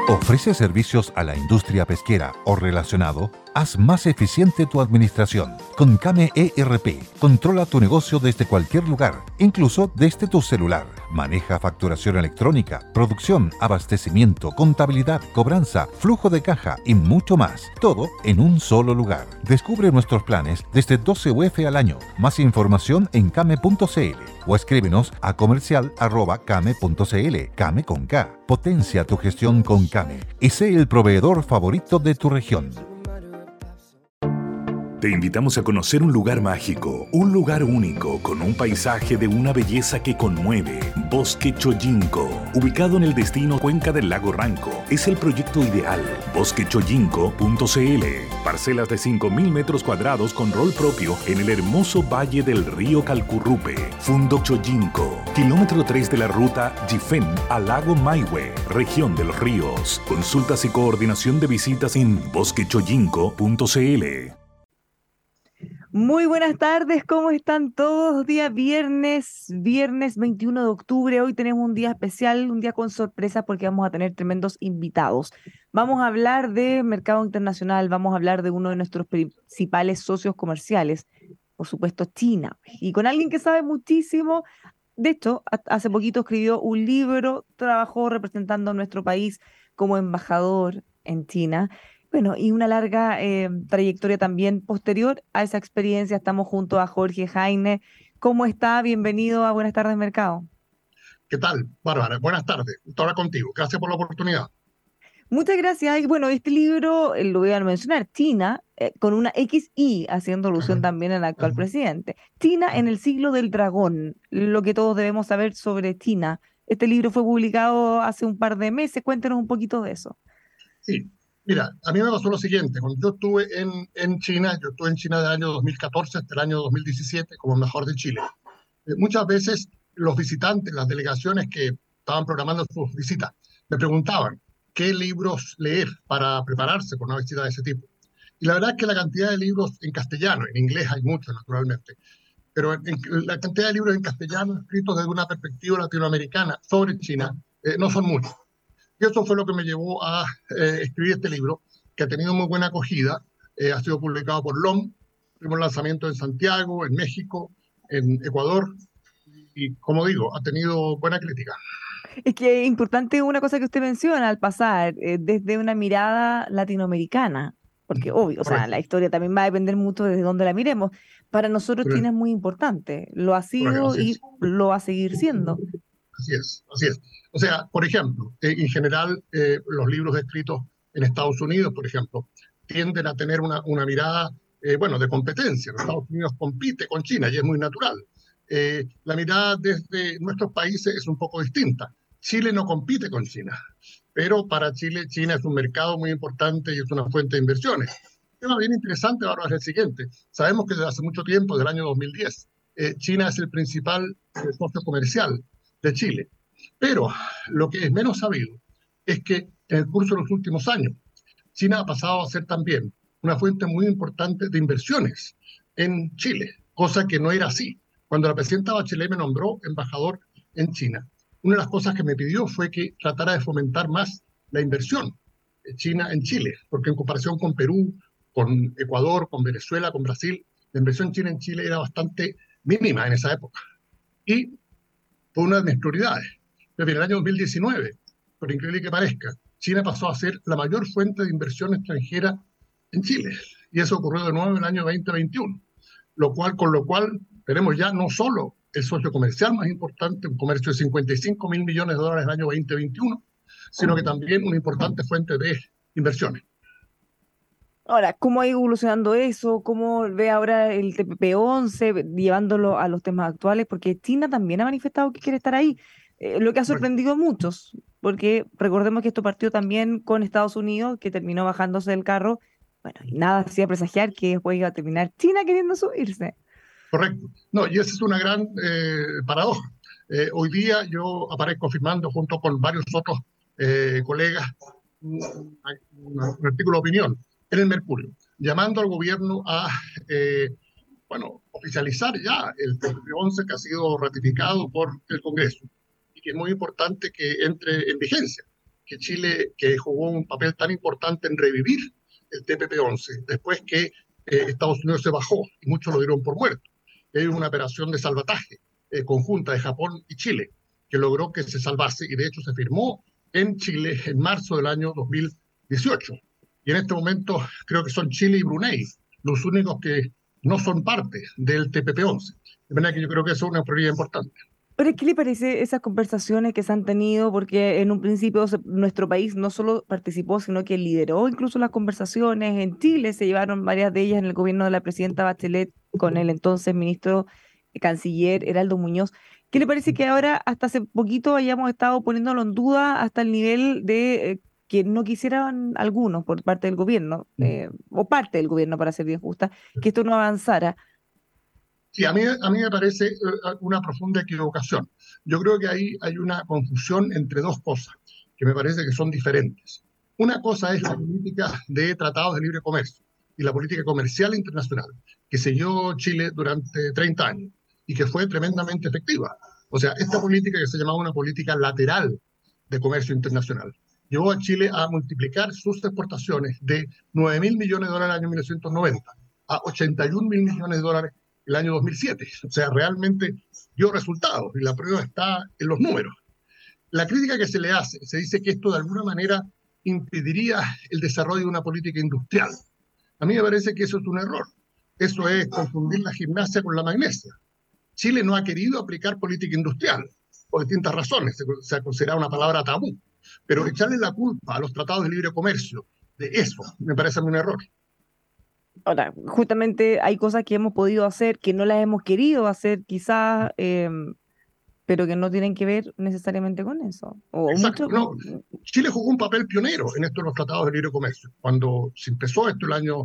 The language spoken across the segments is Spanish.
¿Ofrece servicios a la industria pesquera o relacionado? Haz más eficiente tu administración. Con Kame ERP, controla tu negocio desde cualquier lugar, incluso desde tu celular. Maneja facturación electrónica, producción, abastecimiento, contabilidad, cobranza, flujo de caja y mucho más. Todo en un solo lugar. Descubre nuestros planes desde 12 UF al año. Más información en kame.cl o escríbenos a comercial@kame.cl. Kame con K. Potencia tu gestión con Kame y sé el proveedor favorito de tu región. Te invitamos a conocer un lugar mágico, un lugar único, con un paisaje de una belleza que conmueve. Bosque Chojinco, ubicado en el destino Cuenca del Lago Ranco, es el proyecto ideal. Bosquechojinco.cl. Parcelas de 5.000 metros cuadrados con rol propio en el hermoso valle del río Calcurrupe. Fundo Chojinco, kilómetro 3 de la ruta Jifén al lago Maihue, región de los ríos. Consultas y coordinación de visitas en bosquechojinco.cl. Muy buenas tardes, ¿cómo están todos? Día viernes 21 de octubre. Hoy tenemos un día especial, un día con sorpresa porque vamos a tener tremendos invitados. Vamos a hablar de mercado internacional, vamos a hablar de uno de nuestros principales socios comerciales, por supuesto China, y con alguien que sabe muchísimo. De hecho, hace poquito escribió un libro, trabajó representando a nuestro país como embajador en China. Bueno, y una larga trayectoria también posterior a esa experiencia. Estamos junto a Jorge Jaime. ¿Cómo está? Bienvenido a Buenas tardes, Mercado. ¿Qué tal, Bárbara? Buenas tardes. Gusto hablar contigo. Gracias por la oportunidad. Muchas gracias. Y bueno, este libro, lo voy a mencionar, China, con una XI, haciendo alusión también al actual presidente. China en el siglo del dragón, lo que todos debemos saber sobre China. Este libro fue publicado hace un par de meses. Cuéntenos un poquito de eso. Sí, mira, a mí me pasó lo siguiente. Cuando yo estuve en China, yo estuve en China del año 2014 hasta el año 2017 como embajador de Chile. Muchas veces los visitantes, las delegaciones que estaban programando sus visitas, me preguntaban qué libros leer para prepararse por una visita de ese tipo. Y la verdad es que la cantidad de libros en castellano, en inglés hay muchos naturalmente, pero la cantidad de libros en castellano escritos desde una perspectiva latinoamericana sobre China no son muchos. Y eso fue lo que me llevó a escribir este libro, que ha tenido muy buena acogida. Ha sido publicado por LOM, tuvimos lanzamiento en Santiago, en México, en Ecuador, y como digo, ha tenido buena crítica. Es que es importante una cosa que usted menciona al pasar, desde una mirada latinoamericana, porque obvio, o sea, Correcto. la historia también va a depender mucho de dónde la miremos. Para nosotros Correcto. China es muy importante, lo ha Correcto, sido así y es. lo va a seguir siendo. Así es, así es. O sea, por ejemplo, en general, los libros escritos en Estados Unidos, por ejemplo, tienden a tener una mirada, bueno, de competencia. Estados Unidos compite con China y es muy natural. La mirada desde nuestros países es un poco distinta. Chile no compite con China, pero para Chile, China es un mercado muy importante y es una fuente de inversiones. Un tema bien interesante ahora es el siguiente. Sabemos que desde hace mucho tiempo, desde el año 2010, China es el principal socio comercial de Chile. Pero lo que es menos sabido es que en el curso de los últimos años, China ha pasado a ser también una fuente muy importante de inversiones en Chile, cosa que no era así. Cuando la presidenta Bachelet me nombró embajador en China, una de las cosas que me pidió fue que tratara de fomentar más la inversión china en Chile, porque en comparación con Perú, con Ecuador, con Venezuela, con Brasil, la inversión china en Chile era bastante mínima en esa época. Y fue una de mis prioridades. Pero en el año 2019, por increíble que parezca, China pasó a ser la mayor fuente de inversión extranjera en Chile. Y eso ocurrió de nuevo en el año 2021. Con lo cual tenemos ya no solo el socio comercial más importante, un comercio de 55.000 millones de dólares en el año 2021, sino que también una importante fuente de inversiones. Ahora, ¿cómo ha ido evolucionando eso? ¿Cómo ve ahora el TPP-11 llevándolo a los temas actuales? Porque China también ha manifestado que quiere estar ahí, lo que ha Correcto. sorprendido a muchos, porque recordemos que esto partió también con Estados Unidos, que terminó bajándose del carro. Bueno, y nada hacía presagiar que después iba a terminar China queriendo subirse. Correcto. No, y esa es una gran paradoja. Hoy día yo aparezco firmando junto con varios otros colegas un artículo de opinión en el Mercurio, llamando al gobierno a, bueno, oficializar ya el TPP-11 que ha sido ratificado por el Congreso y que es muy importante que entre en vigencia, que Chile, que jugó un papel tan importante en revivir el TPP-11, después que Estados Unidos se bajó y muchos lo dieron por muerto. Hay una operación de salvataje conjunta de Japón y Chile que logró que se salvase, y de hecho se firmó en Chile en marzo del año 2018. Y en este momento creo que son Chile y Brunei los únicos que no son parte del TPP-11. De manera que yo creo que eso es una prioridad importante. Pero, ¿qué le parece esas conversaciones que se han tenido? Porque en un principio nuestro país no solo participó, sino que lideró incluso las conversaciones. En Chile se llevaron varias de ellas en el gobierno de la presidenta Bachelet con el entonces ministro canciller Heraldo Muñoz. ¿Qué le parece que ahora, hasta hace poquito, hayamos estado poniéndolo en duda hasta el nivel de que no quisieran algunos por parte del gobierno, o parte del gobierno, para ser bien justa, que esto no avanzara? Sí, a mí me parece una profunda equivocación. Yo creo que ahí hay una confusión entre dos cosas que me parece que son diferentes. Una cosa es la política de tratados de libre comercio y la política comercial internacional que siguió Chile durante 30 años y que fue tremendamente efectiva. O sea, esta política que se llamaba una política lateral de comercio internacional llevó a Chile a multiplicar sus exportaciones de 9.000 millones de dólares en el año 1990 a 81.000 millones de dólares el año 2007. O sea, realmente dio resultados y la prueba está en los números. La crítica que se le hace, se dice que esto de alguna manera impediría el desarrollo de una política industrial. A mí me parece que eso es un error. Eso es confundir la gimnasia con la magnesia. Chile no ha querido aplicar política industrial por distintas razones. Se ha considerado una palabra tabú. Pero echarle la culpa a los tratados de libre comercio de eso me parece un error. Ahora, justamente hay cosas que hemos podido hacer, que no las hemos querido hacer quizás, pero que no tienen que ver necesariamente con eso. Exacto, no. Chile jugó un papel pionero en estos los tratados de libre comercio. Cuando se empezó esto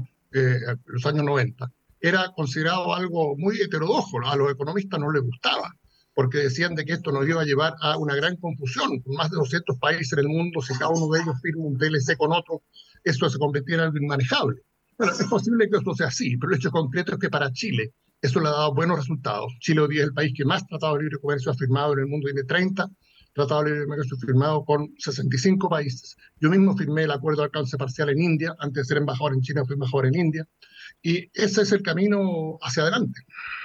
los años 90, era considerado algo muy heterodoxo. A los economistas no les gustaba, porque decían de que esto nos iba a llevar a una gran confusión. Con más de 200 países en el mundo, si cada uno de ellos firma un TLC con otro, eso se convertía en algo inmanejable. Bueno, es posible que esto sea así, pero el hecho concreto es que para Chile eso le ha dado buenos resultados. Chile hoy día es el país que más tratados de libre comercio ha firmado en el mundo, tiene 30 tratados de libre comercio firmados con 65 países. Yo mismo firmé el acuerdo de alcance parcial en India, antes de ser embajador en China fui embajador en India, y ese es el camino hacia adelante.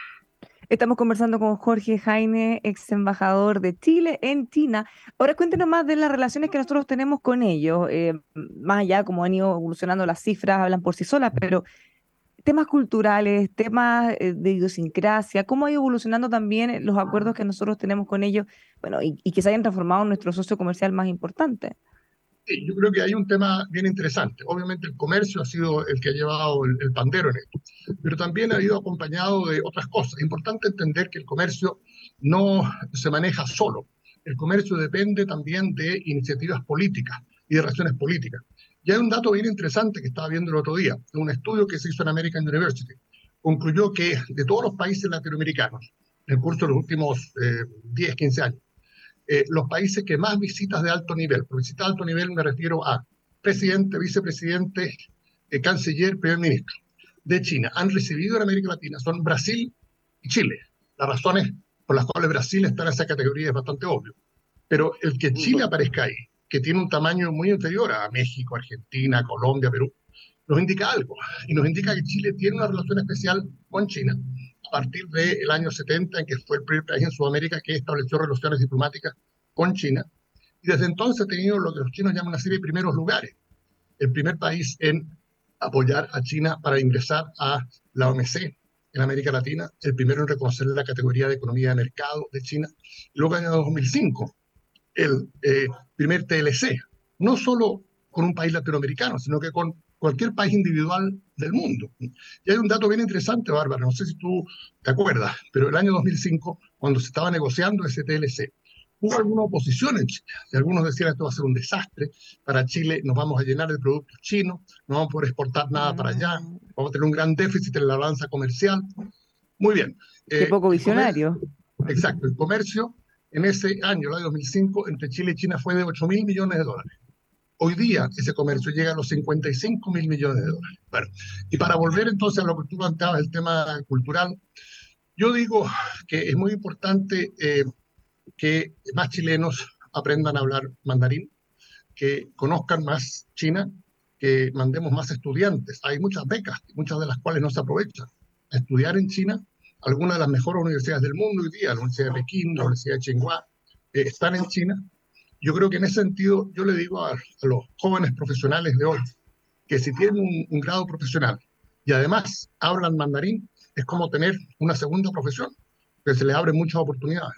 Estamos conversando con Jorge Jaime, ex embajador de Chile en China. Ahora cuéntenos más de las relaciones que nosotros tenemos con ellos, más allá como han ido evolucionando las cifras, hablan por sí solas, pero temas culturales, temas de idiosincrasia, cómo ha ido evolucionando también los acuerdos que nosotros tenemos con ellos, bueno, y que se hayan transformado en nuestro socio comercial más importante. Sí, yo creo que hay un tema bien interesante. Obviamente el comercio ha sido el que ha llevado el pandero en esto, pero también ha ido acompañado de otras cosas. Es importante entender que el comercio no se maneja solo. El comercio depende también de iniciativas políticas y de relaciones políticas. Y hay un dato bien interesante que estaba viendo el otro día, de un estudio que se hizo en American University. Concluyó que de todos los países latinoamericanos, en el curso de los últimos 10, 15 años, los países que más visitas de alto nivel, por visitas de alto nivel me refiero a presidente, vicepresidente, canciller, primer ministro de China, han recibido en América Latina, son Brasil y Chile. Las razones por las cuales Brasil está en esa categoría es bastante obvio. Pero el que Chile aparezca ahí, que tiene un tamaño muy inferior a México, Argentina, Colombia, Perú, nos indica algo. Y nos indica que Chile tiene una relación especial con China a partir del año 70, en que fue el primer país en Sudamérica que estableció relaciones diplomáticas con China. Y desde entonces ha tenido lo que los chinos llaman una serie de primeros lugares. El primer país en apoyar a China para ingresar a la OMC en América Latina, el primero en reconocer la categoría de economía de mercado de China. Y luego en el año 2005, el primer TLC, no solo con un país latinoamericano, sino que con cualquier país individual del mundo. Y hay un dato bien interesante, Bárbara, no sé si tú te acuerdas, pero el año 2005, cuando se estaba negociando ese TLC, hubo alguna oposición en Chile. Y algunos decían esto va a ser un desastre para Chile, nos vamos a llenar de productos chinos, no vamos a poder exportar nada para allá, vamos a tener un gran déficit en la balanza comercial. Muy bien. Qué poco visionario. Exacto, el comercio en ese año, el año 2005, entre Chile y China fue de 8.000 millones de dólares. Hoy día ese comercio llega a los 55.000 millones de dólares. Bueno, y para volver entonces a lo que tú planteabas, el tema cultural, yo digo que es muy importante que más chilenos aprendan a hablar mandarín, que conozcan más China, que mandemos más estudiantes. Hay muchas becas, muchas de las cuales no se aprovechan. A estudiar en China, algunas de las mejores universidades del mundo hoy día, la Universidad de Pekín, la Universidad de Tsinghua, están en China. Yo creo que en ese sentido, yo le digo a los jóvenes profesionales de hoy, que si tienen un grado profesional y además hablan mandarín, es como tener una segunda profesión, que se les abren muchas oportunidades.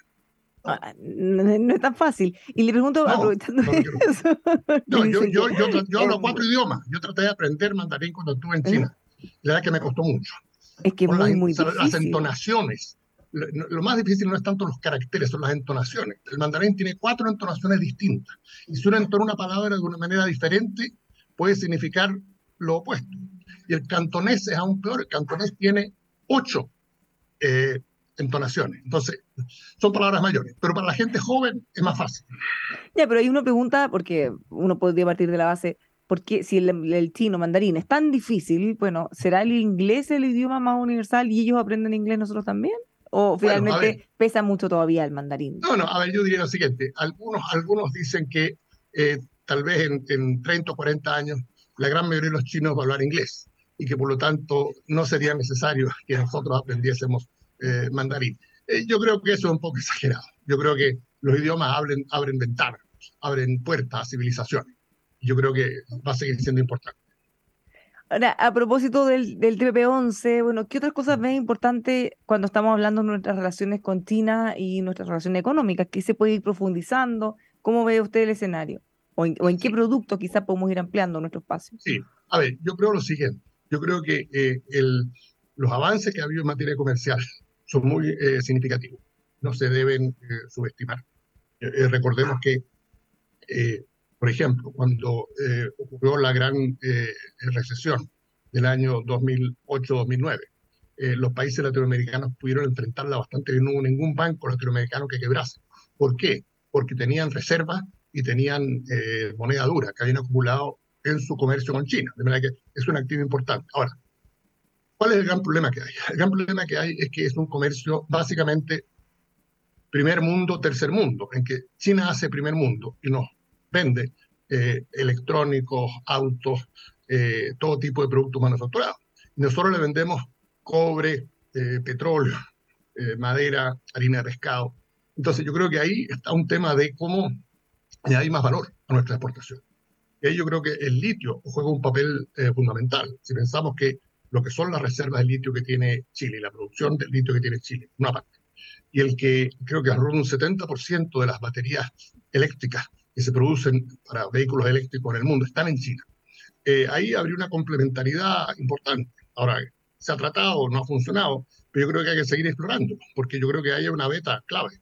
No es tan fácil. Y le pregunto, No, aprovechando no lo quiero. eso, No, que yo, dicen yo, que yo hablo 4 idiomas. Yo traté de aprender mandarín cuando estuve en China. La verdad que me costó mucho. es que es Con muy las difícil. entonaciones. Lo más difícil no es tanto los caracteres, son las entonaciones. El mandarín tiene 4 entonaciones distintas. Y si uno entona una palabra de una manera diferente, puede significar lo opuesto. Y el cantonés es aún peor. El cantonés tiene 8 entonaciones. Entonces, son palabras mayores. Pero para la gente joven es más fácil. Ya, pero hay una pregunta, porque uno podría partir de la base, porque si el chino mandarín es tan difícil, bueno, ¿será el inglés el idioma más universal y ellos aprenden inglés nosotros también? ¿O Bueno, a ver, finalmente pesa mucho todavía el mandarín? no, a ver, yo diría lo siguiente. Algunos dicen que tal vez en 30 o 40 años la gran mayoría de los chinos va a hablar inglés y que por lo tanto no sería necesario que nosotros aprendiésemos mandarín. Yo creo que eso es un poco exagerado. Yo creo que los idiomas abren ventanas, abren puertas a civilizaciones. Yo creo que va a seguir siendo importante. Ahora, a propósito del TPP-11, bueno, ¿qué otras cosas ves importantes cuando estamos hablando de nuestras relaciones con China y nuestras relaciones económicas? ¿Qué se puede ir profundizando? ¿Cómo ve usted el escenario? ¿O en qué Sí, productos quizás podemos ir ampliando nuestro espacio? sí. A ver, yo creo lo siguiente. Yo creo que los avances que ha habido en materia comercial son muy significativos. No se deben subestimar. Recordemos que por ejemplo, cuando ocurrió la gran recesión del año 2008-2009, los países latinoamericanos pudieron enfrentarla bastante bien. No hubo ningún banco latinoamericano que quebrase. ¿Por qué? Porque tenían reservas y tenían moneda dura que habían acumulado en su comercio con China. De manera que es un activo importante. Ahora, ¿cuál es el gran problema que hay? El gran problema que hay es que es un comercio básicamente primer mundo, tercer mundo, en que China hace primer mundo y nos vende electrónicos, autos, todo tipo de productos manufacturados. Y nosotros le vendemos cobre, petróleo, madera, harina de pescado. Entonces yo creo que ahí está un tema de cómo añadir más valor a nuestra exportación. Y ahí yo creo que el litio juega un papel fundamental. Si pensamos que lo que son las reservas de litio que tiene Chile, la producción del litio que tiene Chile, una parte, y el que creo que alrededor de un 70% de las baterías eléctricas que se producen para vehículos eléctricos en el mundo están en China. Ahí habría una complementariedad importante. Ahora, se ha tratado, no ha funcionado, pero yo creo que hay que seguir explorando, porque yo creo que hay una beta clave.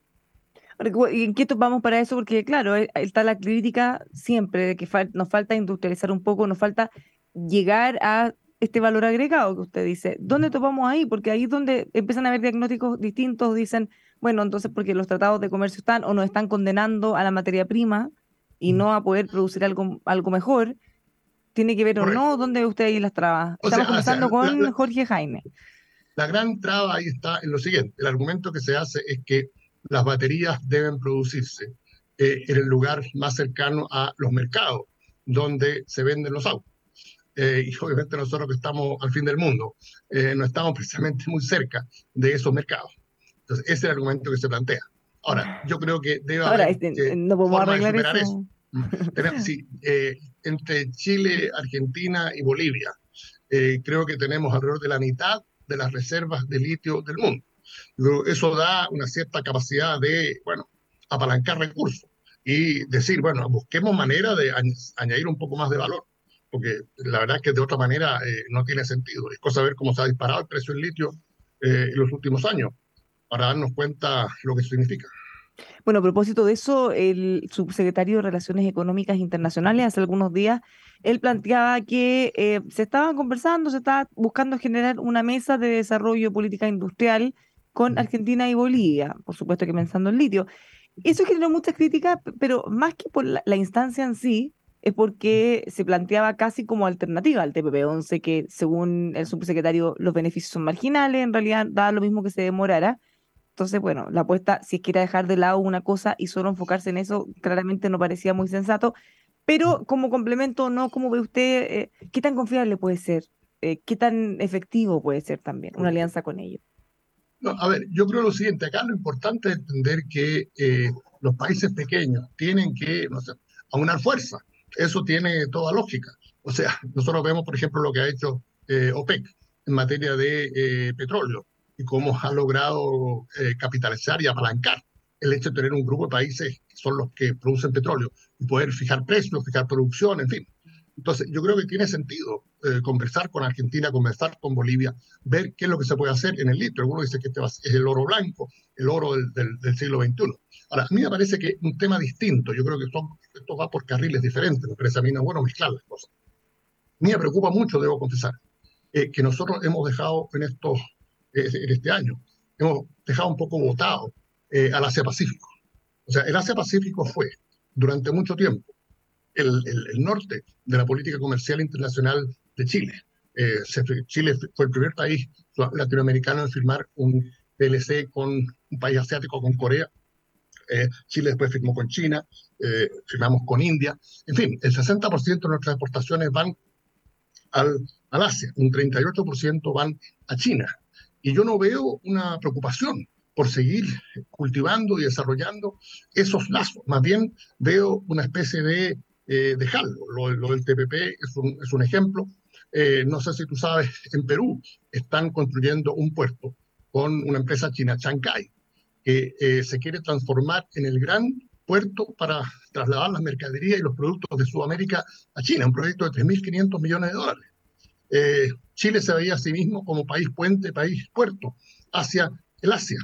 ¿Y en qué vamos para eso? Porque, claro, está la crítica siempre de que nos falta industrializar un poco, nos falta llegar a este valor agregado que usted dice. ¿Dónde topamos ahí? Porque ahí es donde empiezan a haber diagnósticos distintos, dicen, bueno, entonces porque los tratados de comercio están o nos están condenando a la materia prima y no a poder producir algo mejor, ¿tiene que ver o no? Correcto. ¿Dónde ve usted ahí las trabas? Estamos conversando con Jorge Jaime. La gran traba ahí está en lo siguiente. El argumento que se hace es que las baterías deben producirse en el lugar más cercano a los mercados donde se venden los autos. Y obviamente nosotros que estamos al fin del mundo, no estamos precisamente muy cerca de esos mercados. Entonces, ese es el argumento que se plantea. Ahora, yo creo que debe haber no podemos forma de arreglar superar eso. Sí, entre Chile, Argentina y Bolivia, creo que tenemos alrededor de la mitad de las reservas de litio del mundo. Eso da una cierta capacidad de, bueno, apalancar recursos y decir, bueno, busquemos manera de añadir un poco más de valor, porque la verdad es que de otra manera no tiene sentido. Es cosa de ver cómo se ha disparado el precio del litio en los últimos años para darnos cuenta lo que significa. Bueno, a propósito de eso, el subsecretario de Relaciones Económicas Internacionales hace algunos días, él planteaba que se estaban conversando, se estaba buscando generar una mesa de desarrollo de política industrial con Argentina y Bolivia, por supuesto que pensando en litio. Eso generó muchas críticas, pero más que por la instancia en sí, es porque se planteaba casi como alternativa al TPP-11, que según el subsecretario los beneficios son marginales, en realidad da lo mismo que se demorara. Entonces, bueno, la apuesta, si es que era dejar de lado una cosa y solo enfocarse en eso, claramente no parecía muy sensato. Pero como complemento, ¿no? ¿Cómo ve usted, qué tan confiable puede ser? ¿Qué tan efectivo puede ser también una alianza con ellos? No, a ver, yo creo lo siguiente, acá lo importante es entender que los países pequeños tienen que, no sé, aunar fuerza. Eso tiene toda lógica. O sea, nosotros vemos, por ejemplo, lo que ha hecho OPEC en materia de petróleo y cómo ha logrado capitalizar y apalancar el hecho de tener un grupo de países que son los que producen petróleo y poder fijar precios, fijar producción, en fin. Entonces, yo creo que tiene sentido conversar con Argentina, conversar con Bolivia, ver qué es lo que se puede hacer en el litro. Algunos dicen que es el oro blanco, el oro del siglo XXI. Ahora, a mí me parece que un tema distinto, yo creo que esto va por carriles diferentes, me parece a mí no es bueno mezclar las cosas. A mí me preocupa mucho, debo confesar, que nosotros hemos dejado en este año, hemos dejado un poco botado al Asia-Pacífico. O sea, el Asia-Pacífico fue durante mucho tiempo el norte de la política comercial internacional de Chile. Chile fue el primer país latinoamericano en firmar un TLC con un país asiático, con Corea. Chile después firmó con China, firmamos con India. En fin, el 60% de nuestras exportaciones van al Asia, un 38% van a China. Y yo no veo una preocupación por seguir cultivando y desarrollando esos lazos. Más bien veo una especie de dejarlo. Lo del TPP es un ejemplo. No sé si tú sabes, en Perú están construyendo un puerto con una empresa china, Chancay, que se quiere transformar en el gran puerto para trasladar las mercaderías y los productos de Sudamérica a China, un proyecto de $3.500 millones. Chile se veía a sí mismo como país puente, país puerto hacia el Asia.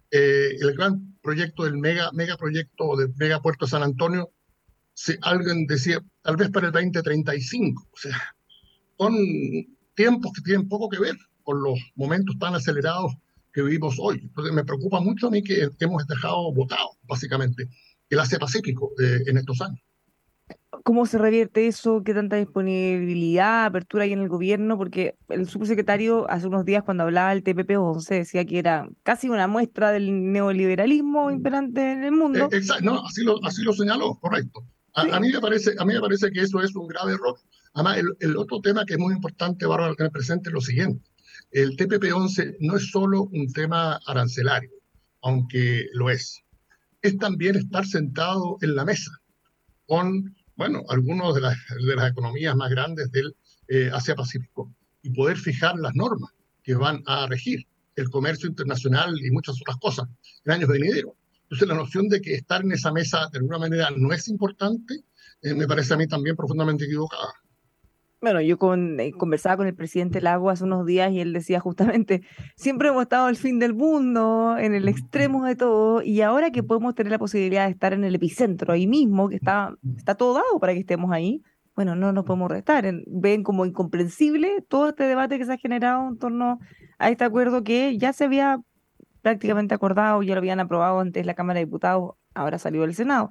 El gran proyecto del megaproyecto del megapuerto de San Antonio, alguien decía, tal vez para el 2035. O sea, son tiempos que tienen poco que ver con los momentos tan acelerados que vivimos hoy. Entonces me preocupa mucho a mí que hemos dejado botado, básicamente, el Asia-Pacífico en estos años. ¿Cómo se revierte eso? ¿Qué tanta disponibilidad, apertura hay en el gobierno? Porque el subsecretario hace unos días cuando hablaba del TPP-11 decía que era casi una muestra del neoliberalismo imperante en el mundo. Exacto, no, así lo señaló, correcto. Sí. A mí me parece que eso es un grave error. Además, el otro tema que es muy importante, Bárbara, tener presente es lo siguiente. El TPP-11 no es solo un tema arancelario, aunque lo es. Es también estar sentado en la mesa con, bueno, algunos de las economías más grandes del Asia-Pacífico y poder fijar las normas que van a regir el comercio internacional y muchas otras cosas en años venideros. Entonces, la noción de que estar en esa mesa de alguna manera no es importante, me parece a mí también profundamente equivocada. Bueno, yo conversaba con el presidente Lago hace unos días y él decía justamente, siempre hemos estado al fin del mundo, en el extremo de todo, y ahora que podemos tener la posibilidad de estar en el epicentro, ahí mismo, que está todo dado para que estemos ahí, bueno, no nos podemos restar. Ven como incomprensible todo este debate que se ha generado en torno a este acuerdo que ya se había prácticamente acordado, ya lo habían aprobado antes la Cámara de Diputados, ahora salió del Senado.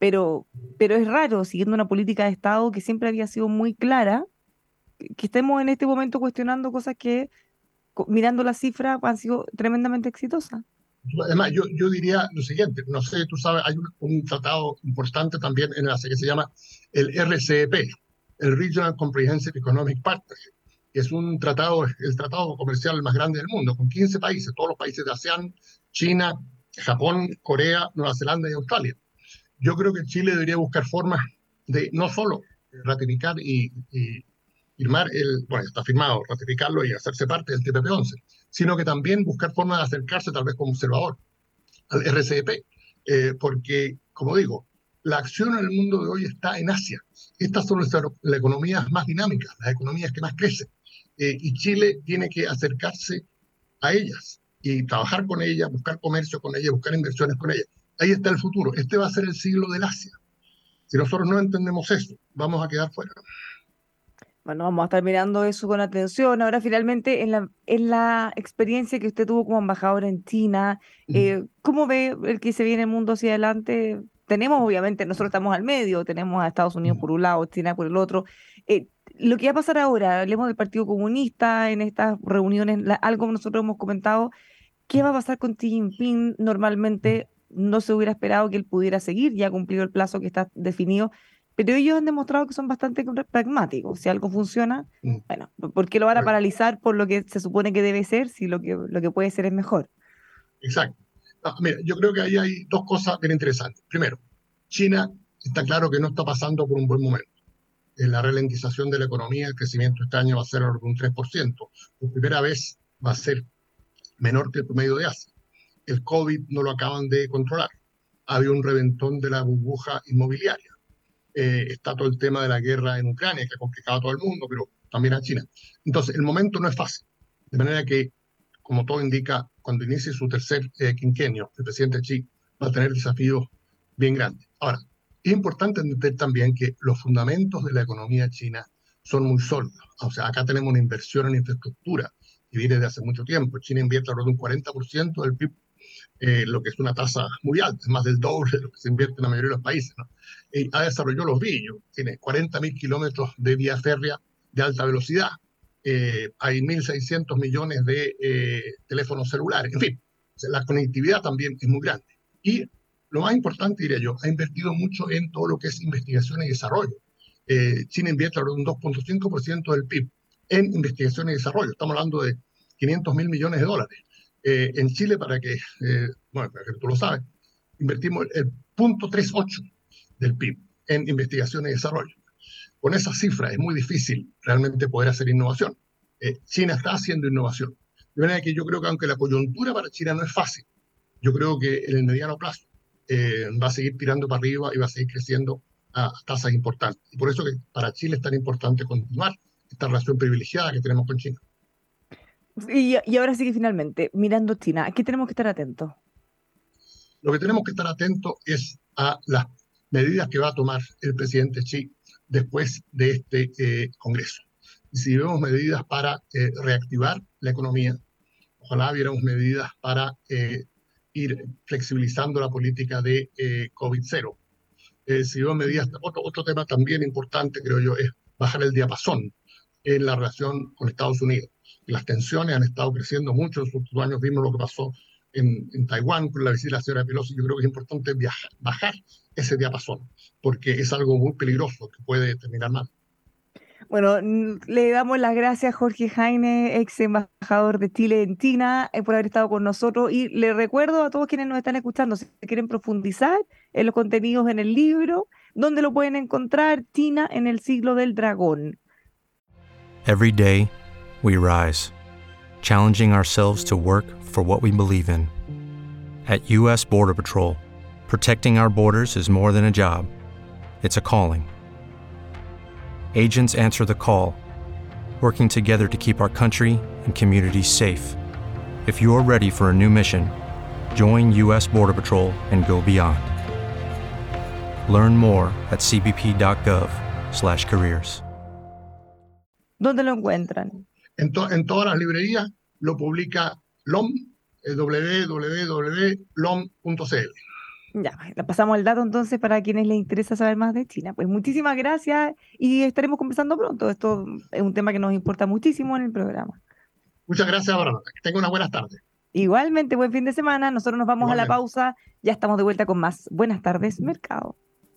Pero es raro, siguiendo una política de Estado que siempre había sido muy clara, que estemos en este momento cuestionando cosas que, mirando las cifras, han sido tremendamente exitosas. Además, yo diría lo siguiente, no sé, tú sabes, hay un tratado importante también en Asia que se llama el RCEP, el Regional Comprehensive Economic Partnership, que es el tratado comercial más grande del mundo, con 15 países, todos los países de ASEAN, China, Japón, Corea, Nueva Zelanda y Australia. Yo creo que Chile debería buscar formas de no solo ratificar y firmar bueno, está firmado, ratificarlo y hacerse parte del TPP-11, sino que también buscar formas de acercarse tal vez como observador al RCEP, porque, como digo, la acción en el mundo de hoy está en Asia. Estas son las economías más dinámicas, las economías que más crecen, y Chile tiene que acercarse a ellas y trabajar con ellas, buscar comercio con ellas, buscar inversiones con ellas. Ahí está el futuro. Este va a ser el siglo del Asia. Si nosotros no entendemos eso, vamos a quedar fuera. Bueno, vamos a estar mirando eso con atención. Ahora, finalmente, en la experiencia que usted tuvo como embajador en China, ¿cómo ve el que se viene el mundo hacia adelante? Tenemos, obviamente, nosotros estamos al medio, tenemos a Estados Unidos por un lado, China por el otro. Lo que va a pasar ahora, hablemos del Partido Comunista en estas reuniones, algo que nosotros hemos comentado, ¿qué va a pasar con Xi Jinping? Normalmente no se hubiera esperado que él pudiera seguir, ya ha cumplido el plazo que está definido. pero ellos han demostrado que son bastante pragmáticos. Si algo funciona, Mm, bueno, ¿por qué lo van a correcto. paralizar por lo que se supone que debe ser si lo que puede ser es mejor? Exacto. No, mira, yo creo que ahí hay dos cosas bien interesantes. Primero, China está claro que no está pasando por un buen momento. En la ralentización de la economía, el crecimiento este año va a ser alrededor de un 3%. Por primera vez va a ser menor que el promedio de Asia. El COVID no lo acaban de controlar. Había un reventón de la burbuja inmobiliaria. Está todo el tema de la guerra en Ucrania, que ha complicado a todo el mundo, pero también a China. Entonces, el momento no es fácil. De manera que, como todo indica, cuando inicie su tercer quinquenio, el presidente Xi va a tener desafíos bien grandes. Ahora, es importante entender también que los fundamentos de la economía china son muy sólidos. O sea, acá tenemos una inversión en infraestructura que viene de hace mucho tiempo. China invierte alrededor de un 40% del PIB, lo que es una tasa muy alta, es más del doble de lo que se invierte en la mayoría de los países, ¿no? Ha desarrollado los villos, tiene 40.000 kilómetros de vía férrea de alta velocidad, hay 1.600 millones de teléfonos celulares, en fin, o sea, la conectividad también es muy grande. Y lo más importante, diría yo, ha invertido mucho en todo lo que es investigación y desarrollo. China invierte un 2.5% del PIB en investigación y desarrollo. Estamos hablando de 500.000 millones de dólares. En Chile, bueno, para que tú lo sabes, invertimos el 0.38 del PIB en investigación y desarrollo. Con esa cifra es muy difícil realmente poder hacer innovación. China está haciendo innovación. De manera que yo creo que aunque la coyuntura para China no es fácil, yo creo que en el mediano plazo va a seguir tirando para arriba y va a seguir creciendo a tasas importantes. Y por eso que para Chile es tan importante continuar esta relación privilegiada que tenemos con China. Y ahora sí que finalmente, mirando China, ¿a qué tenemos que estar atentos? Lo que tenemos que estar atentos es a las medidas que va a tomar el presidente Xi después de este Congreso. Y si vemos medidas para reactivar la economía, ojalá viéramos medidas para ir flexibilizando la política de COVID-0. Si vemos medidas, otro tema también importante, creo yo, es bajar el diapasón en la relación con Estados Unidos. Las tensiones han estado creciendo mucho en los últimos años, vimos lo que pasó en Taiwán con la visita de la señora Pelosi. Yo creo que es importante bajar ese diapasón, porque es algo muy peligroso que puede terminar mal. Bueno, le damos las gracias a Jorge Jaime, ex embajador de Chile en China, por haber estado con nosotros. Y le recuerdo a todos quienes nos están escuchando, si quieren profundizar en los contenidos en el libro, ¿dónde lo pueden encontrar? China en el siglo del dragón. Every day, we rise, challenging ourselves to work for what we believe in. At U.S. Border Patrol, protecting our borders is more than a job, it's a calling. Agents answer the call, working together to keep our country and communities safe. If you're ready for a new mission, join U.S. Border Patrol and go beyond. Learn more at cbp.gov/careers. ¿Dónde lo encuentran? En todas las librerías lo publica LOM, www.lom.cl. Ya, le pasamos el dato entonces para quienes les interesa saber más de China. Pues muchísimas gracias y estaremos conversando pronto. Esto es un tema que nos importa muchísimo en el programa. Muchas gracias, Bárbara. Que tenga unas buenas tardes. Igualmente, buen fin de semana. Nosotros nos vamos a la Igualmente. pausa. Ya estamos de vuelta con más Buenas tardes, Mercado.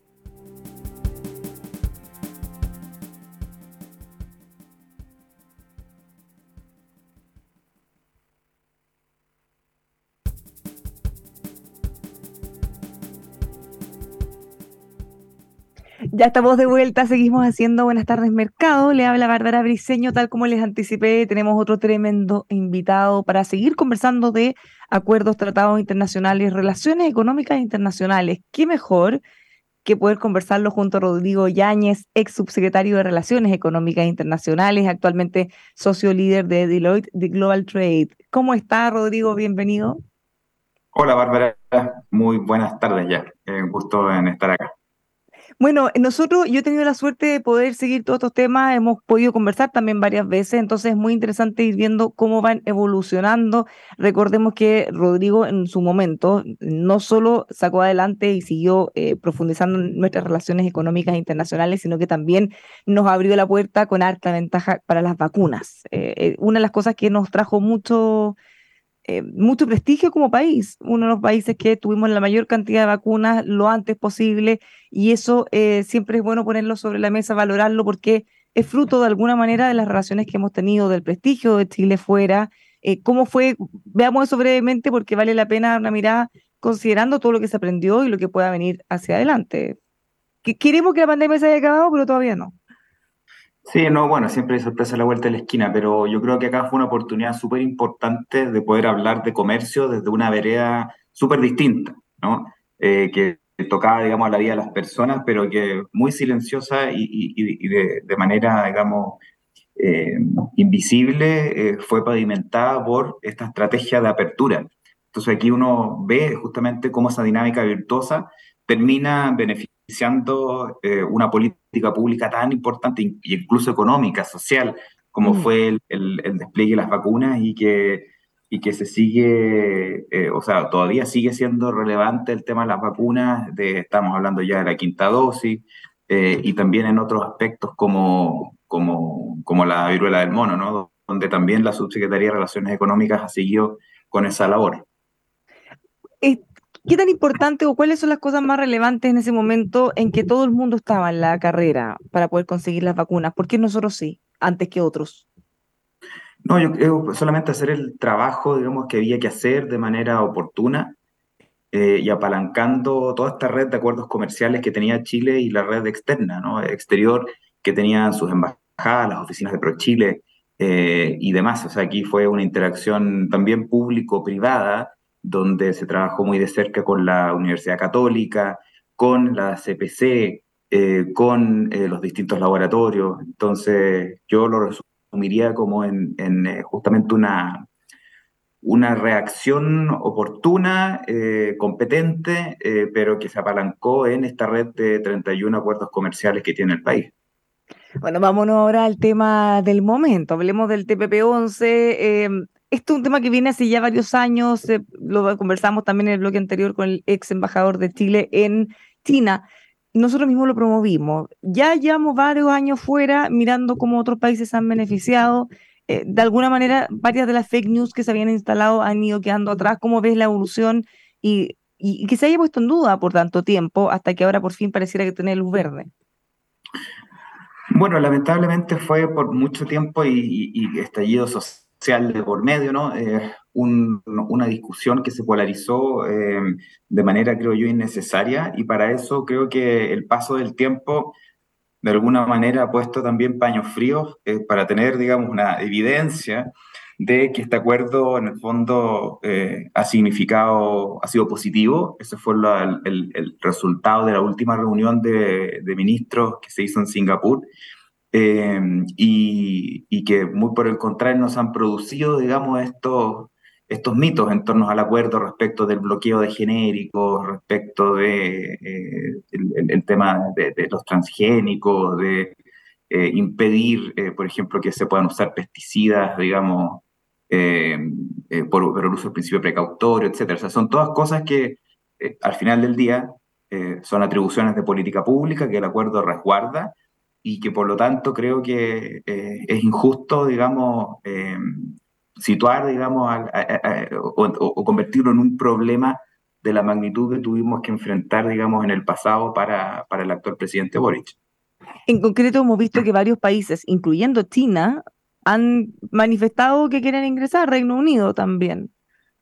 Ya estamos de vuelta, seguimos haciendo Buenas tardes Mercado. Le habla Bárbara Briceño, tal como les anticipé, tenemos otro tremendo invitado para seguir conversando de acuerdos, tratados internacionales, relaciones económicas internacionales. ¿Qué mejor que poder conversarlo junto a Rodrigo Yáñez, ex subsecretario de Relaciones Económicas Internacionales, actualmente socio líder de Deloitte de Global Trade? ¿Cómo está, Rodrigo? Bienvenido. Hola Bárbara, muy buenas tardes ya. Un gusto en estar acá. Bueno, yo he tenido la suerte de poder seguir todos estos temas, hemos podido conversar también varias veces, entonces es muy interesante ir viendo cómo van evolucionando. Recordemos que Rodrigo en su momento no solo sacó adelante y siguió profundizando en nuestras relaciones económicas internacionales, sino que también nos abrió la puerta con harta ventaja para las vacunas. Una de las cosas que nos trajo mucho mucho prestigio como país, uno de los países que tuvimos la mayor cantidad de vacunas lo antes posible, y eso siempre es bueno ponerlo sobre la mesa, valorarlo, porque es fruto de alguna manera de las relaciones que hemos tenido, del prestigio de Chile fuera. ¿Cómo fue? Veamos eso brevemente porque vale la pena dar una mirada considerando todo lo que se aprendió y lo que pueda venir hacia adelante. Queremos que la pandemia se haya acabado, pero todavía no. Sí, no, bueno, siempre hay sorpresa a la vuelta de la esquina, pero yo creo que acá fue una oportunidad súper importante de poder hablar de comercio desde una vereda súper distinta, ¿no? Que tocaba, digamos, la vida de las personas, pero que muy silenciosa y de manera, digamos, eh, invisible, fue pavimentada por esta estrategia de apertura. Entonces aquí uno ve justamente cómo esa dinámica virtuosa termina beneficiando una política pública tan importante, e incluso económica, social, como Mm. fue el despliegue de las vacunas y que se sigue, o sea, todavía sigue siendo relevante el tema de las vacunas, estamos hablando ya de la quinta dosis, y también en otros aspectos como la viruela del mono, ¿no? Donde también la Subsecretaría de Relaciones Económicas ha seguido con esa labor. Eh, ¿Qué tan importante o cuáles son las cosas más relevantes en ese momento en que todo el mundo estaba en la carrera para poder conseguir las vacunas? ¿Por qué nosotros sí, antes que otros? No, yo creo solamente hacer el trabajo, digamos, que había que hacer de manera oportuna, y apalancando toda esta red de acuerdos comerciales que tenía Chile y la red externa, ¿no? Exterior, que tenían sus embajadas, las oficinas de ProChile, y demás. O sea, aquí fue una interacción también público-privada, donde se trabajó muy de cerca con la Universidad Católica, con la CPC, con los distintos laboratorios. Entonces, yo lo resumiría como en justamente una reacción oportuna, competente, pero que se apalancó en esta red de 31 acuerdos comerciales que tiene el país. Bueno, vámonos ahora al tema del momento. Hablemos del TPP-11. Esto es un tema que viene hace ya varios años. Lo conversamos también en el bloque anterior con el ex embajador de Chile en China. Nosotros mismos lo promovimos. Ya llevamos varios años fuera mirando cómo otros países se han beneficiado. De alguna manera, varias de las fake news que se habían instalado han ido quedando atrás. ¿Cómo ves la evolución y que se haya puesto en duda por tanto tiempo hasta que ahora por fin pareciera que tiene luz verde? Bueno, lamentablemente fue por mucho tiempo y estallido social de por medio, ¿no? Una discusión que se polarizó, de manera, creo yo, innecesaria, y para eso creo que el paso del tiempo de alguna manera ha puesto también paños fríos, para tener, digamos, una evidencia de que este acuerdo en el fondo, ha sido positivo. Ese fue el resultado de la última reunión de ministros que se hizo en Singapur, eh, y que muy por el contrario nos han producido, digamos, estos mitos en torno al acuerdo respecto del bloqueo de genéricos, respecto de el tema de los transgénicos, de impedir, por ejemplo, que se puedan usar pesticidas, digamos, eh, por el uso del principio precautorio, etcétera. O sea, son todas cosas que, al final del día, son atribuciones de política pública que el acuerdo resguarda, y que por lo tanto creo que es injusto, digamos, situar, digamos, o convertirlo en un problema de la magnitud que tuvimos que enfrentar, digamos, en el pasado para el actual presidente Boric. En concreto, hemos visto que varios países, incluyendo China, han manifestado que quieren ingresar, Reino Unido también.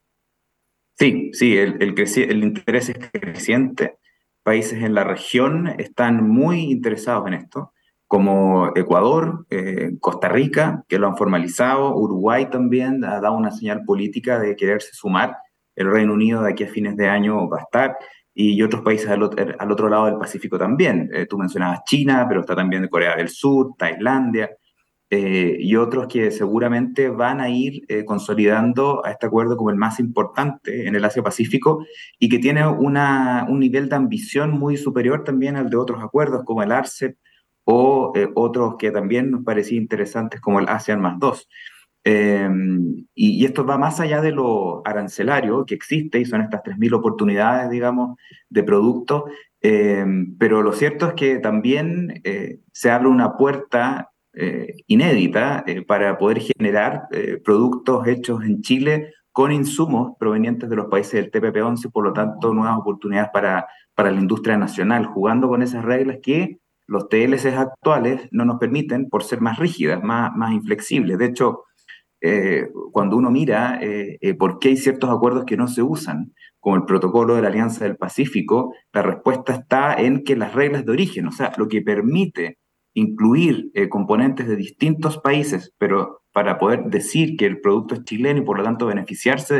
Sí, sí, el interés es creciente. Países en la región están muy interesados en esto, como Ecuador, Costa Rica, que lo han formalizado. Uruguay también ha dado una señal política de quererse sumar. El Reino Unido de aquí a fines de año va a estar, y otros países al otro lado del Pacífico también. Tú mencionabas China, pero está también Corea del Sur, Tailandia, y otros que seguramente van a ir consolidando a este acuerdo como el más importante en el Asia-Pacífico, y que tiene un nivel de ambición muy superior también al de otros acuerdos como el RCEP, o otros que también nos parecían interesantes como el ASEAN+2. Eh, y esto va más allá de lo arancelario que existe, y son estas 3.000 oportunidades, digamos, de productos, pero lo cierto es que también se abre una puerta inédita, para poder generar productos hechos en Chile con insumos provenientes de los países del TPP-11, por lo tanto, nuevas oportunidades para la industria nacional, jugando con esas reglas que los TLCs actuales no nos permiten por ser más rígidas, más inflexibles. De hecho, cuando uno mira por qué hay ciertos acuerdos que no se usan, como el protocolo de la Alianza del Pacífico, la respuesta está en que las reglas de origen, o sea, lo que permite incluir componentes de distintos países, pero para poder decir que el producto es chileno y por lo tanto beneficiarse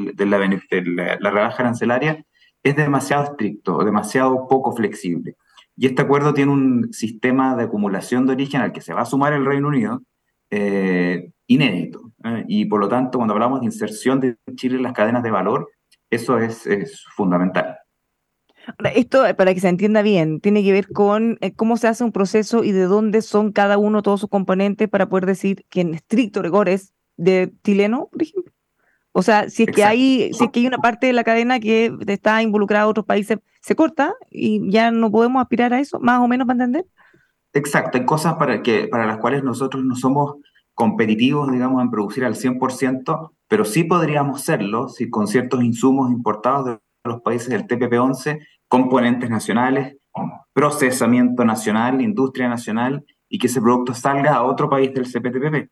la rebaja arancelaria, es demasiado estricto, demasiado poco flexible. Y este acuerdo tiene un sistema de acumulación de origen al que se va a sumar el Reino Unido, inédito. Y por lo tanto, cuando hablamos de inserción de Chile en las cadenas de valor, eso es fundamental. Ahora, esto, para que se entienda bien, tiene que ver con cómo se hace un proceso y de dónde son cada uno, todos sus componentes, para poder decir que en estricto rigor es de chileno, por ejemplo. O sea, si es que hay una parte de la cadena que está involucrada a otros países, se corta y ya no podemos aspirar a eso, más o menos, para entender. Exacto, hay cosas para las cuales nosotros no somos competitivos, digamos, en producir al 100%, pero sí podríamos serlo si con ciertos insumos importados de los países del TPP-11, componentes nacionales, procesamiento nacional, industria nacional, y que ese producto salga a otro país del CPTPP.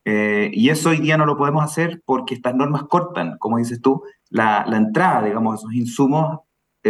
Y eso hoy día no lo podemos hacer porque estas normas cortan, como dices tú, la entrada, digamos, de esos insumos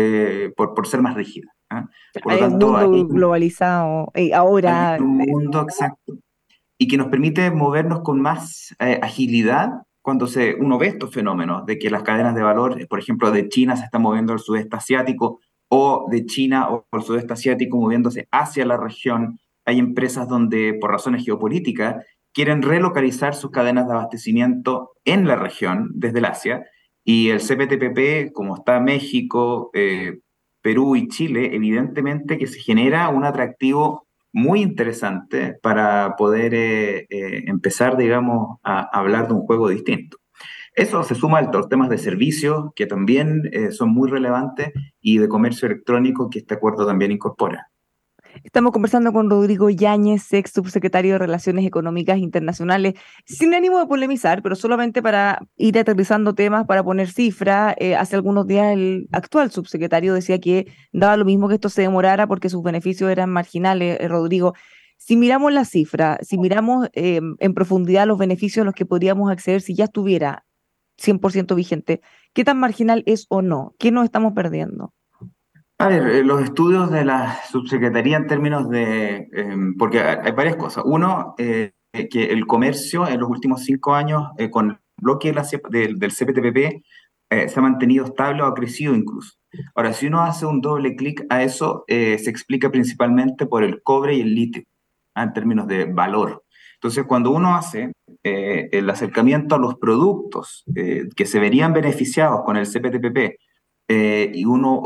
por ser más rígidas. Por lo Hay un tanto, mundo globalizado hay ahora. un mundo exacto y que nos permite movernos con más agilidad cuando uno ve estos fenómenos de que las cadenas de valor, por ejemplo, de China se están moviendo al sudeste asiático o de China o al sudeste asiático moviéndose hacia la región. Hay empresas donde, por razones geopolíticas, quieren relocalizar sus cadenas de abastecimiento en la región desde el Asia y el CPTPP, como está México, Perú y Chile, evidentemente que se genera un atractivo muy interesante para poder empezar, digamos, a hablar de un juego distinto. Eso se suma a los temas de servicios, que también son muy relevantes, y de comercio electrónico, que este acuerdo también incorpora. Estamos conversando con Rodrigo Yáñez, ex subsecretario de Relaciones Económicas Internacionales, sin ánimo de polemizar, pero solamente para ir aterrizando temas, para poner cifras. Hace algunos días el actual subsecretario decía que daba lo mismo que esto se demorara porque sus beneficios eran marginales, Rodrigo. Si miramos la cifra, si miramos en profundidad los beneficios a los que podríamos acceder si ya estuviera 100% vigente, ¿qué tan marginal es o no? ¿Qué nos estamos perdiendo? A ver, los estudios de la subsecretaría en términos de, porque hay varias cosas. Uno, que el comercio en los últimos 5 años, con el bloque del CPTPP, se ha mantenido estable o ha crecido incluso. Ahora, si uno hace un doble clic a eso, se explica principalmente por el cobre y el litio, en términos de valor. Entonces, cuando uno hace el acercamiento a los productos que se verían beneficiados con el CPTPP, y uno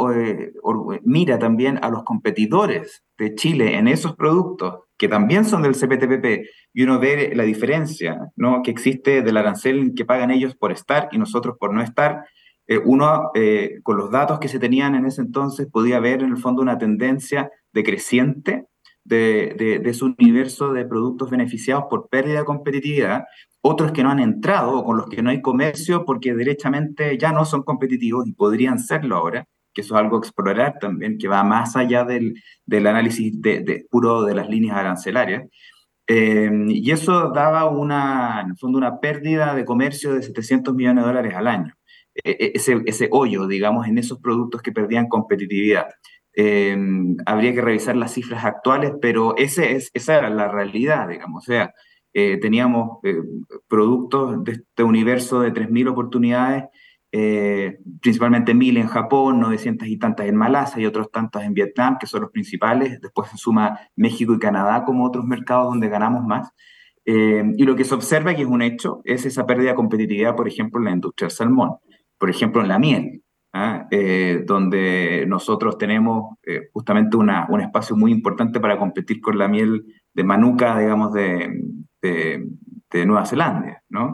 mira también a los competidores de Chile en esos productos que también son del CPTPP y uno ve la diferencia, ¿no?, que existe del arancel que pagan ellos por estar y nosotros por no estar. Uno, con los datos que se tenían en ese entonces, podía ver en el fondo una tendencia decreciente de ese universo de productos beneficiados por pérdida de competitividad, otros que no han entrado o con los que no hay comercio porque derechamente ya no son competitivos y podrían serlo ahora, que eso es algo a explorar también, que va más allá del análisis puro de las líneas arancelarias. Y eso daba en el fondo una pérdida de comercio de $700 millones al año. Ese hoyo, digamos, en esos productos que perdían competitividad. Habría que revisar las cifras actuales, pero esa era la realidad, digamos. O sea, teníamos productos de este universo de 3.000 oportunidades, principalmente 1.000 en Japón, 900 y tantas en Malasia y otros tantos en Vietnam, que son los principales. Después se suma México y Canadá como otros mercados donde ganamos más. Y lo que se observa, que es un hecho, es esa pérdida de competitividad, por ejemplo, en la industria del salmón, por ejemplo, en la miel. Donde nosotros tenemos justamente un espacio muy importante para competir con la miel de Manuka, digamos, de Nueva Zelanda, ¿no?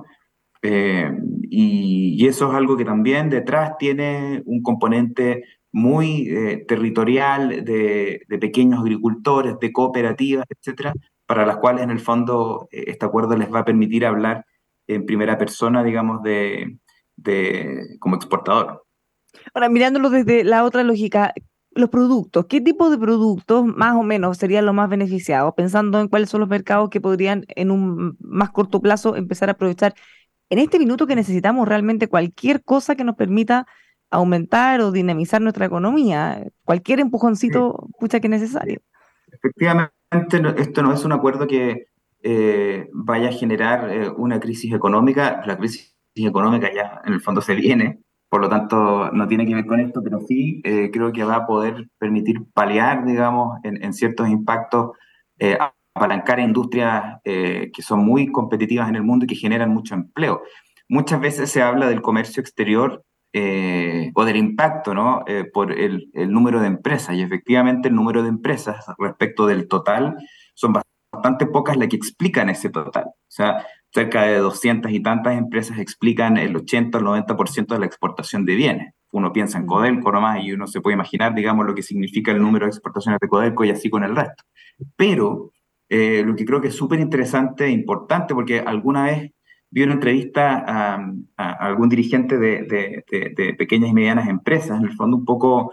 Y eso es algo que también detrás tiene un componente muy territorial de pequeños agricultores, de cooperativas, etcétera, para las cuales en el fondo este acuerdo les va a permitir hablar en primera persona, digamos, de como exportador. Ahora, mirándolo desde la otra lógica, los productos, ¿qué tipo de productos más o menos serían los más beneficiados? Pensando en cuáles son los mercados que podrían en un más corto plazo empezar a aprovechar en este minuto que necesitamos realmente cualquier cosa que nos permita aumentar o dinamizar nuestra economía, cualquier Sí, empujoncito, pucha que es necesario. efectivamente, esto no es un acuerdo que vaya a generar una crisis económica. La crisis económica ya en el fondo se viene, por lo tanto no tiene que ver con esto, pero sí creo que va a poder permitir paliar, digamos, en ciertos impactos, apalancar a industrias que son muy competitivas en el mundo y que generan mucho empleo. Muchas veces se habla del comercio exterior o del impacto, ¿no? Por el número de empresas, y efectivamente el número de empresas respecto del total son bastante pocas las que explican ese total. O sea, cerca de 200 y tantas empresas explican el 80 o el 90% de la exportación de bienes. Uno piensa en Mm. Codelco nomás y uno se puede imaginar, digamos, lo que significa el número de exportaciones de Codelco y así con el resto. Pero lo que creo que es súper interesante e importante, porque alguna vez vi una entrevista a algún dirigente de pequeñas y medianas empresas, en el fondo un poco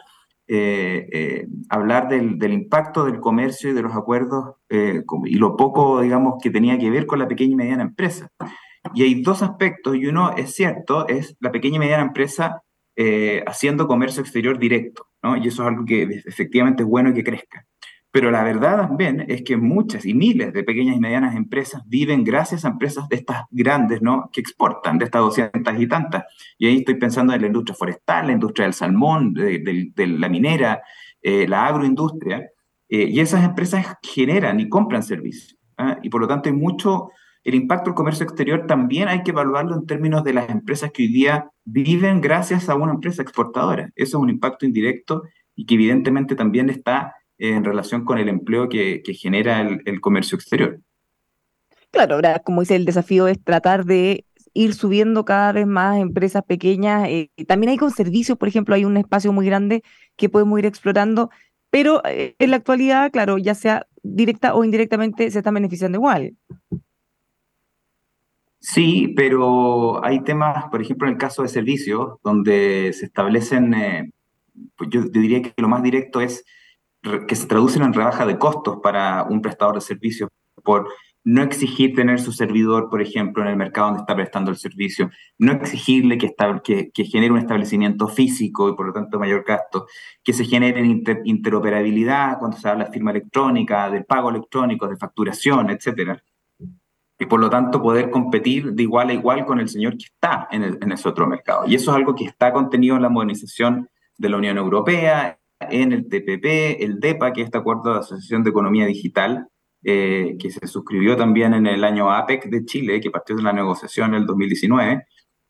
hablar del impacto del comercio y de los acuerdos y lo poco, digamos, que tenía que ver con la pequeña y mediana empresa. Y hay dos aspectos, y uno es cierto, es la pequeña y mediana empresa haciendo comercio exterior directo, ¿no? Y eso es algo que efectivamente es bueno y que crezca. Pero la verdad también es que muchas y miles de pequeñas y medianas empresas viven gracias a empresas de estas grandes, ¿no? Que exportan, de estas 200 y tantas. Y ahí estoy pensando en la industria forestal, la industria del salmón, de la minera, la agroindustria. Y esas empresas generan y compran servicios. ¿Ah? Y por lo tanto hay mucho, el impacto del comercio exterior también hay que evaluarlo en términos de las empresas que hoy día viven gracias a una empresa exportadora. Eso es un impacto indirecto y que evidentemente también está en relación con el empleo que genera el comercio exterior. Claro, ahora, como dice, el desafío es tratar de ir subiendo cada vez más empresas pequeñas. También hay con servicios, por ejemplo, hay un espacio muy grande que podemos ir explorando, pero en la actualidad, claro, ya sea directa o indirectamente, se están beneficiando igual. Sí, pero hay temas, por ejemplo, en el caso de servicios, donde se establecen, pues yo diría que lo más directo es que se traducen en rebaja de costos para un prestador de servicios por no exigir tener su servidor, por ejemplo, en el mercado donde está prestando el servicio, no exigirle que genere un establecimiento físico y por lo tanto mayor gasto, que se genere interoperabilidad cuando se habla de firma electrónica, de pago electrónico, de facturación, etcétera. Y por lo tanto poder competir de igual a igual con el señor que está en ese otro mercado. Y eso es algo que está contenido en la modernización de la Unión Europea, en el TPP, el DEPA, que es este Acuerdo de Asociación de Economía Digital, que se suscribió también en el año APEC de Chile, que partió de la negociación en el 2019,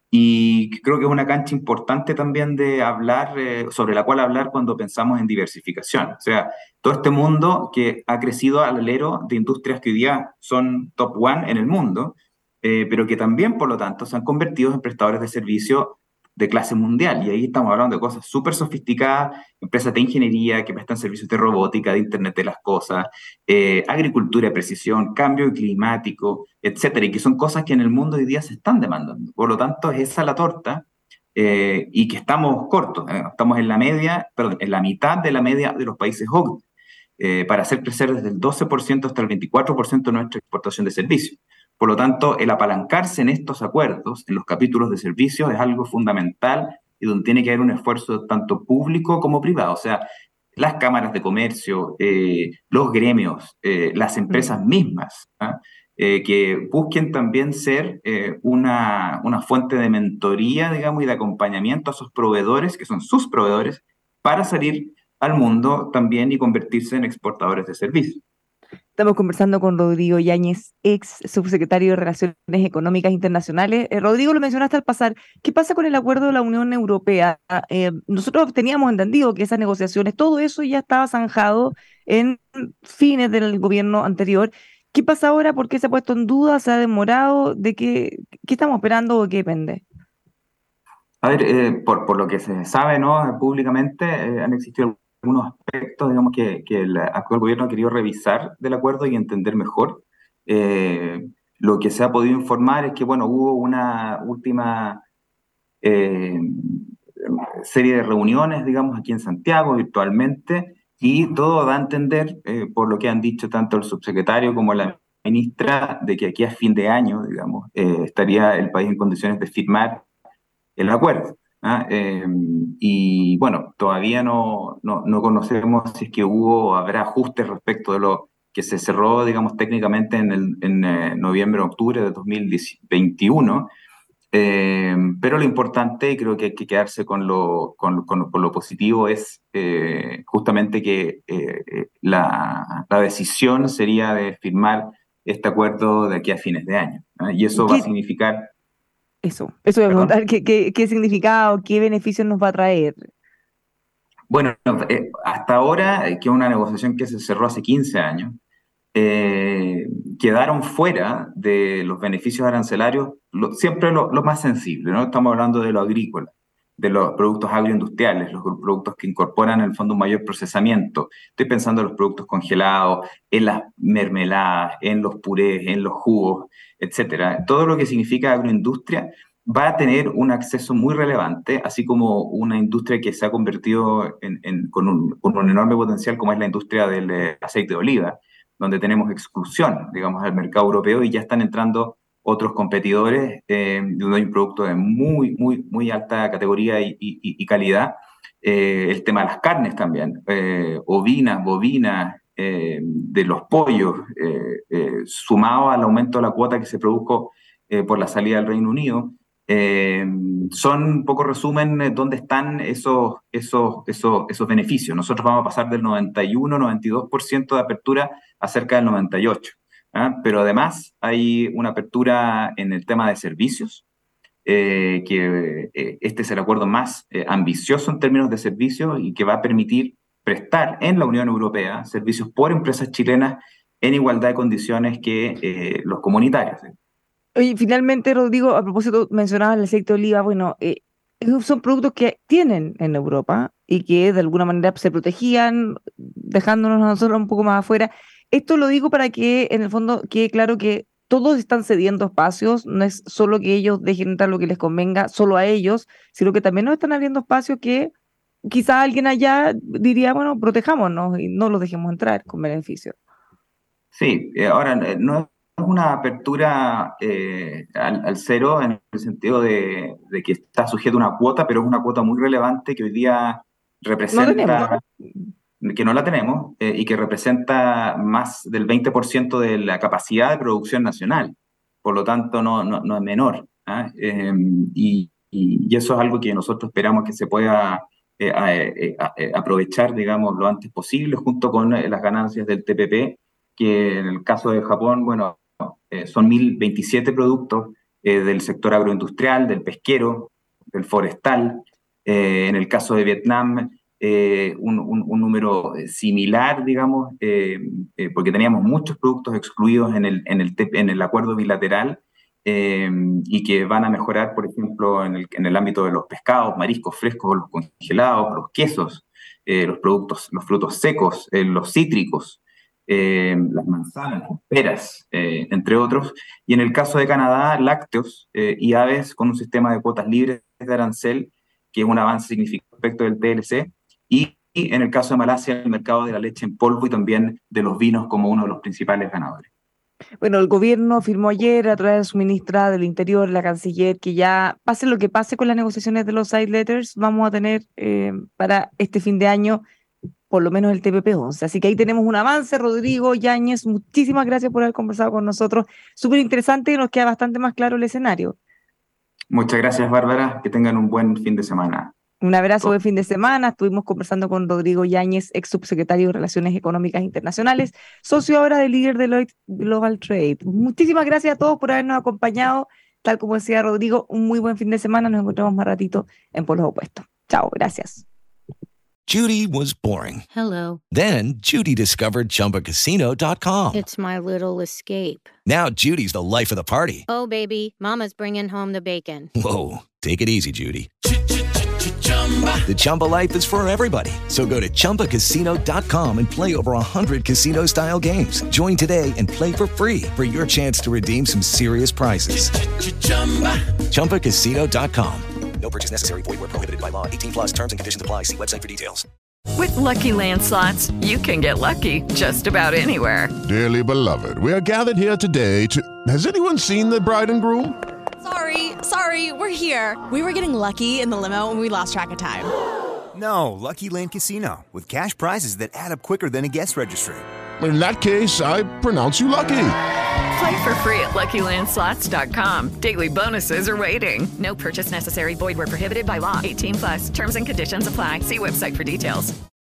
y creo que es una cancha importante también de hablar, sobre la cual hablar cuando pensamos en diversificación. O sea, todo este mundo que ha crecido al alero de industrias que hoy día son top one en el mundo, pero que también, por lo tanto, se han convertido en prestadores de servicio de clase mundial. Y ahí estamos hablando de cosas súper sofisticadas, empresas de ingeniería que prestan servicios de robótica, de Internet de las cosas, agricultura de precisión, cambio climático, etcétera, y que son cosas que en el mundo hoy día se están demandando. Por lo tanto, es esa la torta y que estamos cortos, estamos en la media, perdón, en la mitad de la media de los países OCDE, para hacer crecer desde el 12% hasta el 24% de nuestra exportación de servicios. Por lo tanto, el apalancarse en estos acuerdos, en los capítulos de servicios, es algo fundamental y donde tiene que haber un esfuerzo tanto público como privado. O sea, las cámaras de comercio, los gremios, las Mm. empresas mismas, ¿ah? Que busquen también ser una fuente de mentoría, digamos, y de acompañamiento a sus proveedores, que son sus proveedores, para salir al mundo también y convertirse en exportadores de servicios. Estamos conversando con Rodrigo Yáñez, ex subsecretario de Relaciones Económicas Internacionales. Rodrigo, lo mencionaste al pasar. ¿Qué pasa con el acuerdo de la Unión Europea? Nosotros teníamos entendido que esas negociaciones, todo eso ya estaba zanjado en fines del gobierno anterior. ¿Qué pasa ahora? ¿Por qué se ha puesto en duda? ¿Se ha demorado? ¿De qué estamos esperando o qué depende? A ver, por lo que se sabe, ¿no? Públicamente han existido algunos aspectos, digamos, que el actual gobierno ha querido revisar del acuerdo y entender mejor. Lo que se ha podido informar es que, bueno, hubo una última serie de reuniones, digamos, aquí en Santiago, virtualmente, y todo da a entender, por lo que han dicho tanto el subsecretario como la ministra, de que aquí a fin de año, digamos, estaría el país en condiciones de firmar el acuerdo. Y bueno, todavía no conocemos si es que hubo o habrá ajustes respecto de lo que se cerró, digamos, técnicamente en noviembre o octubre de 2021. Pero lo importante, y creo que hay que quedarse con lo positivo, es justamente que la decisión sería de firmar este acuerdo de aquí a fines de año, y eso va a significar... Eso voy a preguntar, ¿qué significado, qué beneficios nos va a traer? Bueno, hasta ahora, que es una negociación que se cerró hace 15 años, quedaron fuera de los beneficios arancelarios siempre lo más sensible, ¿no? Estamos hablando de lo agrícola, de los productos agroindustriales, los productos que incorporan en el fondo un mayor procesamiento. Estoy pensando en los productos congelados, en las mermeladas, en los purés, en los jugos, etcétera. Todo lo que significa agroindustria va a tener un acceso muy relevante, así como una industria que se ha convertido con un enorme potencial, como es la industria del aceite de oliva, donde tenemos exclusión, digamos, al mercado europeo, y ya están entrando otros competidores donde hay un producto de muy alta categoría y calidad. El tema de las carnes también, ovinas, bovinas, de los pollos, sumado al aumento de la cuota que se produjo por la salida del Reino Unido. Son un poco resumen dónde están esos beneficios. Nosotros vamos a pasar del 91-92% de apertura a cerca del 98%. Pero además hay una apertura en el tema de servicios, que este es el acuerdo más ambicioso en términos de servicios y que va a permitir prestar en la Unión Europea servicios por empresas chilenas en igualdad de condiciones que los comunitarios. Oye, finalmente, Rodrigo, a propósito, mencionabas el aceite de oliva. Bueno, son productos que tienen en Europa y que de alguna manera se protegían, dejándonos a nosotros un poco más afuera. Esto lo digo para que, en el fondo, quede claro que todos están cediendo espacios. No es solo que ellos dejen entrar lo que les convenga solo a ellos, sino que también nos están abriendo espacios que quizá alguien allá diría, bueno, protejámonos y no los dejemos entrar con beneficio. Sí, ahora no es una apertura al cero, en el sentido de que está sujeto a una cuota, pero es una cuota muy relevante que hoy día representa... que no la tenemos, y que representa más del 20% de la capacidad de producción nacional. Por lo tanto, no es menor. Y eso es algo que nosotros esperamos que se pueda aprovechar, digamos, lo antes posible, junto con las ganancias del TPP, que en el caso de Japón, bueno, son 1.027 productos del sector agroindustrial, del pesquero, del forestal. En el caso de Vietnam, un número similar, digamos, porque teníamos muchos productos excluidos en el acuerdo bilateral, y que van a mejorar, por ejemplo, en el ámbito de los pescados, mariscos frescos, los congelados, los quesos, los frutos secos, los cítricos, las manzanas, las peras, entre otros. Y en el caso de Canadá, lácteos y aves con un sistema de cuotas libres de arancel, que es un avance significativo respecto del TLC. Y en el caso de Malasia, el mercado de la leche en polvo y también de los vinos como uno de los principales ganadores. Bueno, el gobierno firmó ayer a través de su ministra del Interior, la canciller, que ya pase lo que pase con las negociaciones de los side letters, vamos a tener para este fin de año por lo menos el TPP-11. Así que ahí tenemos un avance. Rodrigo Yáñez, muchísimas gracias por haber conversado con nosotros. Súper interesante y nos queda bastante más claro el escenario. Muchas gracias, Bárbara. Que tengan un buen fin de semana. Un abrazo, buen fin de semana. Estuvimos conversando con Rodrigo Yáñez, ex subsecretario de Relaciones Económicas Internacionales, socio ahora de líder de Deloitte Global Trade. Muchísimas gracias a todos por habernos acompañado. Tal como decía Rodrigo, un muy buen fin de semana. Nos encontramos más ratito en Polos Opuestos. Chao, gracias. Judy was boring. Hello. Then Judy discovered ChumbaCasino.com. It's my little escape. Now Judy's the life of the party. Oh, baby, mama's bringing home the bacon. Whoa, take it easy, Judy. The Chumba life is for everybody. So go to ChumbaCasino.com and play over 100 casino-style games. Join today and play for free for your chance to redeem some serious prizes. ChumbaCasino.com. No purchase necessary. Void where prohibited by law. 18 plus terms and conditions apply. See website for details. With Lucky Land Slots, you can get lucky just about anywhere. Dearly beloved, we are gathered here today to... Has anyone seen the bride and groom? Sorry, we're here. We were getting lucky in the limo and we lost track of time. No, Lucky Land Casino, with cash prizes that add up quicker than a guest registry. In that case, I pronounce you lucky. Play for free at LuckyLandSlots.com. Daily bonuses are waiting. No purchase necessary. Void where prohibited by law. 18 plus. Terms and conditions apply. See website for details.